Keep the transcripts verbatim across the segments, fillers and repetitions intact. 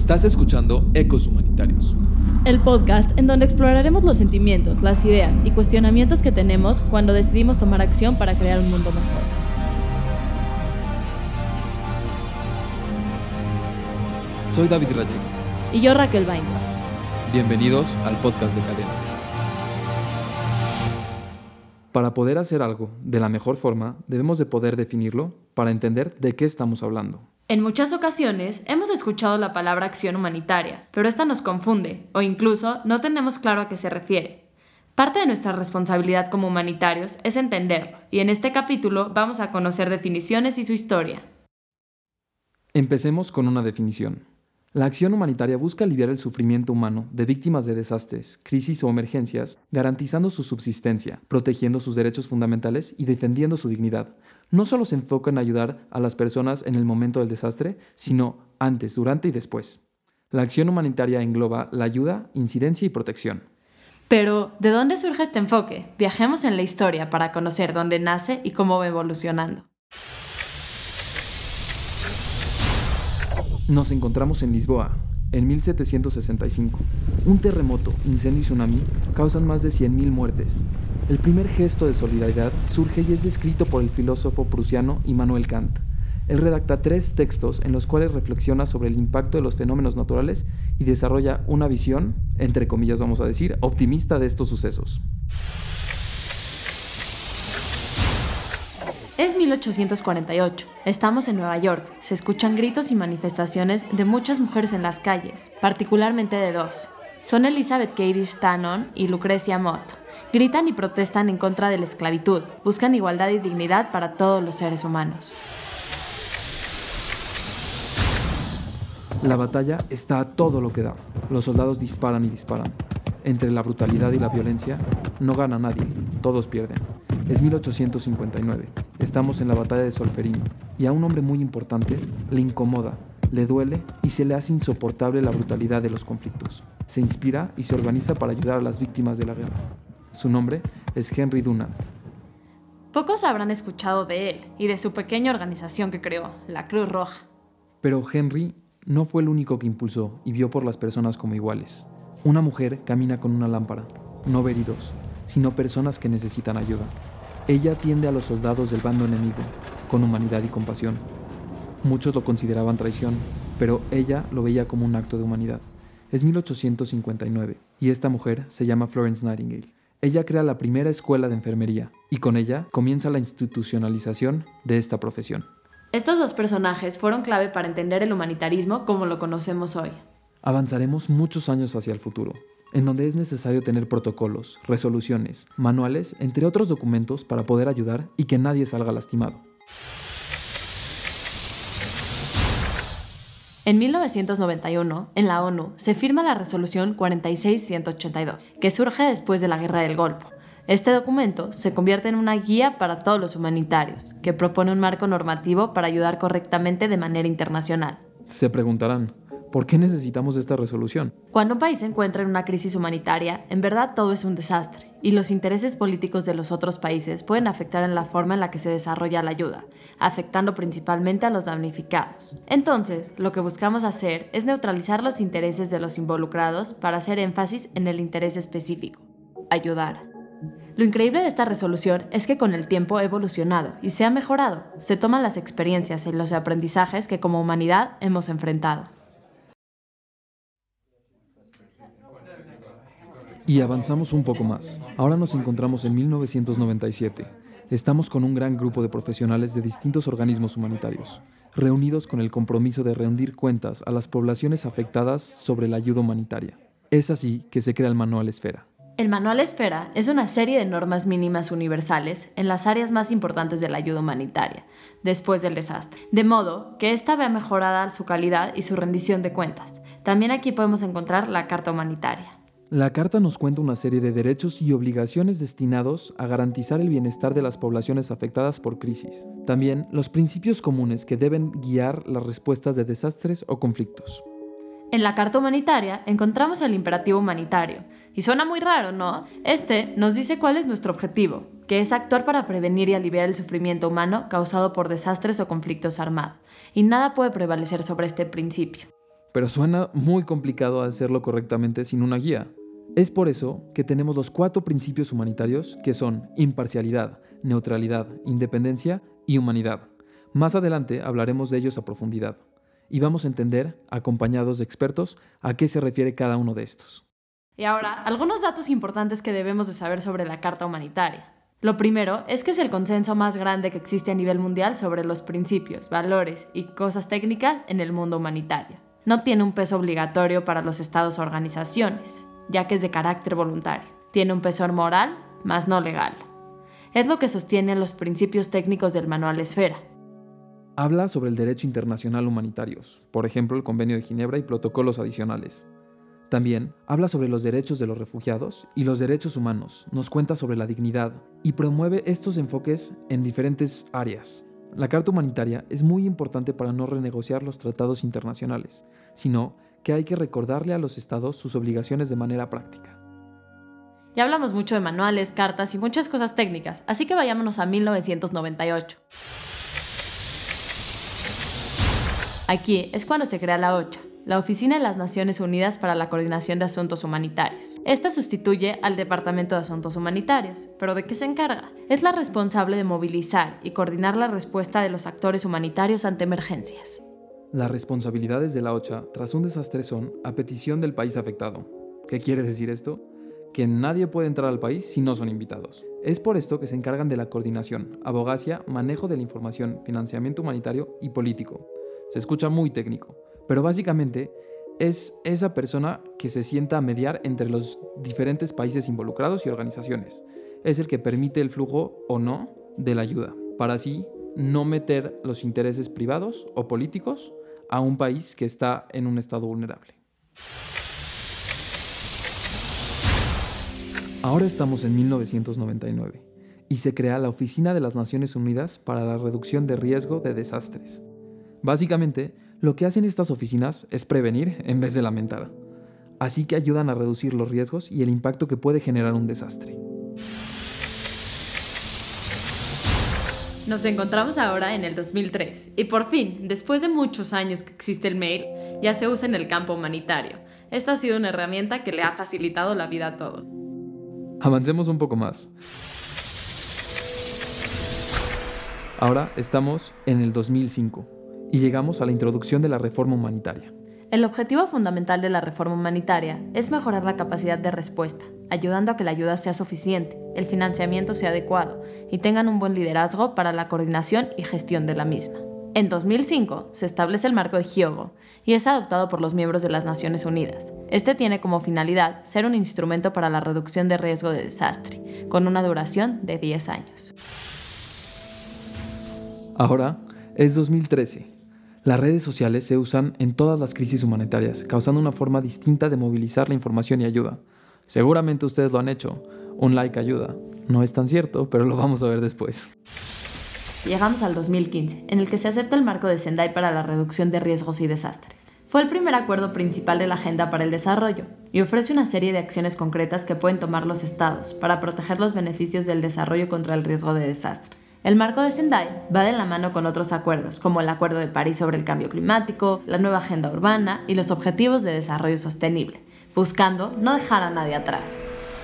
Estás escuchando Ecos Humanitarios, el podcast en donde exploraremos los sentimientos, las ideas y cuestionamientos que tenemos cuando decidimos tomar acción para crear un mundo mejor. Soy David Rayek. Y yo, Raquel Baintra. Bienvenidos al podcast de Cadena. Para poder hacer algo de la mejor forma, debemos de poder definirlo para entender de qué estamos hablando. En muchas ocasiones hemos escuchado la palabra acción humanitaria, pero esta nos confunde, o incluso no tenemos claro a qué se refiere. Parte de nuestra responsabilidad como humanitarios es entenderlo, y en este capítulo vamos a conocer definiciones y su historia. Empecemos con una definición. La acción humanitaria busca aliviar el sufrimiento humano de víctimas de desastres, crisis o emergencias, garantizando su subsistencia, protegiendo sus derechos fundamentales y defendiendo su dignidad. No solo se enfoca en ayudar a las personas en el momento del desastre, sino antes, durante y después. La acción humanitaria engloba la ayuda, incidencia y protección. Pero, ¿de dónde surge este enfoque? Viajemos en la historia para conocer dónde nace y cómo va evolucionando. Nos encontramos en Lisboa, en mil setecientos sesenta y cinco. Un terremoto, incendio y tsunami causan más de cien mil muertes. El primer gesto de solidaridad surge y es descrito por el filósofo prusiano Immanuel Kant. Él redacta tres textos en los cuales reflexiona sobre el impacto de los fenómenos naturales y desarrolla una visión, entre comillas vamos a decir, optimista de estos sucesos. Es mil ochocientos cuarenta y ocho. Estamos en Nueva York. Se escuchan gritos y manifestaciones de muchas mujeres en las calles, particularmente de dos. Son Elizabeth Cady Stanton y Lucrecia Mott. Gritan y protestan en contra de la esclavitud. Buscan igualdad y dignidad para todos los seres humanos. La batalla está a todo lo que da. Los soldados disparan y disparan. Entre la brutalidad y la violencia, no gana nadie. Todos pierden. Es mil ochocientos cincuenta y nueve. Estamos en la batalla de Solferino y a un hombre muy importante le incomoda, le duele y se le hace insoportable la brutalidad de los conflictos. Se inspira y se organiza para ayudar a las víctimas de la guerra. Su nombre es Henry Dunant. Pocos habrán escuchado de él y de su pequeña organización que creó, la Cruz Roja. Pero Henry no fue el único que impulsó y vio por las personas como iguales. Una mujer camina con una lámpara, no ve heridos, sino personas que necesitan ayuda. Ella atiende a los soldados del bando enemigo, con humanidad y compasión. Muchos lo consideraban traición, pero ella lo veía como un acto de humanidad. Es mil ochocientos cincuenta y nueve, y esta mujer se llama Florence Nightingale. Ella crea la primera escuela de enfermería, y con ella comienza la institucionalización de esta profesión. Estos dos personajes fueron clave para entender el humanitarismo como lo conocemos hoy. Avanzaremos muchos años hacia el futuro, en donde es necesario tener protocolos, resoluciones, manuales, entre otros documentos para poder ayudar y que nadie salga lastimado. En mil novecientos noventa y uno, en la ONU, se firma la Resolución cuarenta y seis ciento ochenta y dos, que surge después de la Guerra del Golfo. Este documento se convierte en una guía para todos los humanitarios, que propone un marco normativo para ayudar correctamente de manera internacional. Se preguntarán, ¿por qué necesitamos esta resolución? Cuando un país se encuentra en una crisis humanitaria, en verdad todo es un desastre, y los intereses políticos de los otros países pueden afectar en la forma en la que se desarrolla la ayuda, afectando principalmente a los damnificados. Entonces, lo que buscamos hacer es neutralizar los intereses de los involucrados para hacer énfasis en el interés específico: ayudar. Lo increíble de esta resolución es que con el tiempo ha evolucionado y se ha mejorado. Se toman las experiencias y los aprendizajes que como humanidad hemos enfrentado. Y avanzamos un poco más. Ahora nos encontramos en mil novecientos noventa y siete. Estamos con un gran grupo de profesionales de distintos organismos humanitarios, reunidos con el compromiso de rendir cuentas a las poblaciones afectadas sobre la ayuda humanitaria. Es así que se crea el Manual Esfera. El Manual Esfera es una serie de normas mínimas universales en las áreas más importantes de la ayuda humanitaria, después del desastre, de modo que ésta vea mejorada su calidad y su rendición de cuentas. También aquí podemos encontrar la Carta Humanitaria. La Carta nos cuenta una serie de derechos y obligaciones destinados a garantizar el bienestar de las poblaciones afectadas por crisis. También los principios comunes que deben guiar las respuestas de desastres o conflictos. En la Carta Humanitaria encontramos el imperativo humanitario. Y suena muy raro, ¿no? Este nos dice cuál es nuestro objetivo, que es actuar para prevenir y aliviar el sufrimiento humano causado por desastres o conflictos armados. Y nada puede prevalecer sobre este principio. pero suena muy complicado hacerlo correctamente sin una guía. Es por eso que tenemos los cuatro principios humanitarios que son imparcialidad, neutralidad, independencia y humanidad. Más adelante hablaremos de ellos a profundidad y vamos a entender, acompañados de expertos, a qué se refiere cada uno de estos. Y ahora, algunos datos importantes que debemos de saber sobre la Carta Humanitaria. Lo primero es que es el consenso más grande que existe a nivel mundial sobre los principios, valores y cosas técnicas en el mundo humanitario. No tiene un peso obligatorio para los estados o organizaciones, ya que es de carácter voluntario. Tiene un peso moral, más no legal. Es lo que sostienen los principios técnicos del Manual Esfera. Habla sobre el derecho internacional humanitarios, por ejemplo el Convenio de Ginebra y protocolos adicionales. También habla sobre los derechos de los refugiados y los derechos humanos, nos cuenta sobre la dignidad y promueve estos enfoques en diferentes áreas. La Carta Humanitaria es muy importante para no renegociar los tratados internacionales, sino que hay que recordarle a los estados sus obligaciones de manera práctica. Ya hablamos mucho de manuales, cartas y muchas cosas técnicas, así que vayámonos a mil novecientos noventa y ocho. Aquí es cuando se crea la OCHA, la Oficina de las Naciones Unidas para la Coordinación de Asuntos Humanitarios. Esta sustituye al Departamento de Asuntos Humanitarios, pero ¿de qué se encarga? Es la responsable de movilizar y coordinar la respuesta de los actores humanitarios ante emergencias. Las responsabilidades de la OCHA tras un desastre son a petición del país afectado. ¿Qué quiere decir esto? Que nadie puede entrar al país si no son invitados. Es por esto que se encargan de la coordinación, abogacía, manejo de la información, financiamiento humanitario y político. Se escucha muy técnico, pero básicamente es esa persona que se sienta a mediar entre los diferentes países involucrados y organizaciones. Es el que permite el flujo o no de la ayuda, para así no meter los intereses privados o políticos a un país que está en un estado vulnerable. Ahora estamos en mil novecientos noventa y nueve y se crea la Oficina de las Naciones Unidas para la Reducción de Riesgo de Desastres. Básicamente, lo que hacen estas oficinas es prevenir en vez de lamentar, así que ayudan a reducir los riesgos y el impacto que puede generar un desastre. Nos encontramos ahora en el dos mil tres y por fin, después de muchos años que existe el mail, ya se usa en el campo humanitario. Esta ha sido una herramienta que le ha facilitado la vida a todos. Avancemos un poco más. Ahora estamos en el dos mil cinco y llegamos a la introducción de la reforma humanitaria. El objetivo fundamental de la reforma humanitaria es mejorar la capacidad de respuesta, ayudando a que la ayuda sea suficiente, el financiamiento sea adecuado y tengan un buen liderazgo para la coordinación y gestión de la misma. En dos mil cinco se establece el marco de Hyogo y es adoptado por los miembros de las Naciones Unidas. Este tiene como finalidad ser un instrumento para la reducción de riesgo de desastre, con una duración de diez años. Ahora es dos mil trece. Las redes sociales se usan en todas las crisis humanitarias, causando una forma distinta de movilizar la información y ayuda. Seguramente ustedes lo han hecho. Un like ayuda. No es tan cierto, pero lo vamos a ver después. Llegamos al dos mil quince, en el que se acepta el marco de Sendai para la reducción de riesgos y desastres. Fue el primer acuerdo principal de la Agenda para el Desarrollo y ofrece una serie de acciones concretas que pueden tomar los estados para proteger los beneficios del desarrollo contra el riesgo de desastre. El marco de Sendai va de la mano con otros acuerdos, como el Acuerdo de París sobre el cambio climático, la nueva Agenda Urbana y los Objetivos de Desarrollo Sostenible, buscando no dejar a nadie atrás.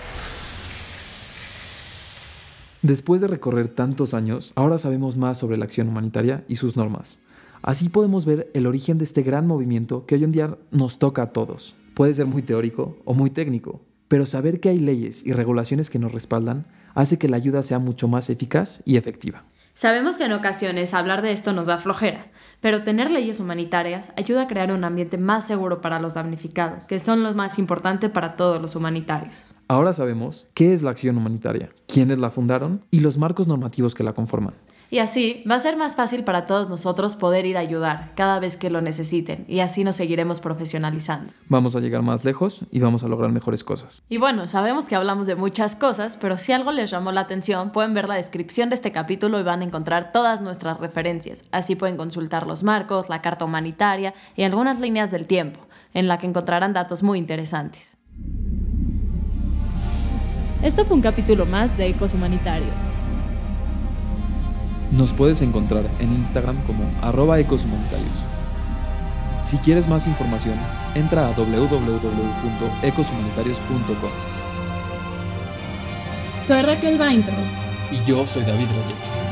Después de recorrer tantos años, ahora sabemos más sobre la acción humanitaria y sus normas. Así podemos ver el origen de este gran movimiento que hoy en día nos toca a todos. Puede ser muy teórico o muy técnico, pero saber que hay leyes y regulaciones que nos respaldan hace que la ayuda sea mucho más eficaz y efectiva. Sabemos que en ocasiones hablar de esto nos da flojera, pero tener leyes humanitarias ayuda a crear un ambiente más seguro para los damnificados, que son lo más importante para todos los humanitarios. Ahora sabemos qué es la acción humanitaria, quiénes la fundaron y los marcos normativos que la conforman. Y así va a ser más fácil para todos nosotros poder ir a ayudar cada vez que lo necesiten y así nos seguiremos profesionalizando. Vamos a llegar más lejos y vamos a lograr mejores cosas. Y bueno, sabemos que hablamos de muchas cosas, pero si algo les llamó la atención, pueden ver la descripción de este capítulo y van a encontrar todas nuestras referencias. Así pueden consultar los marcos, la carta humanitaria y algunas líneas del tiempo, en la que encontrarán datos muy interesantes. Esto fue un capítulo más de Ecos Humanitarios. Nos puedes encontrar en Instagram como arroba ecoshumanitarios. Si quieres más información, entra a doble u doble u doble u punto ecos humanitarios punto com. Soy Raquel Weintraub. Y yo soy David Roger.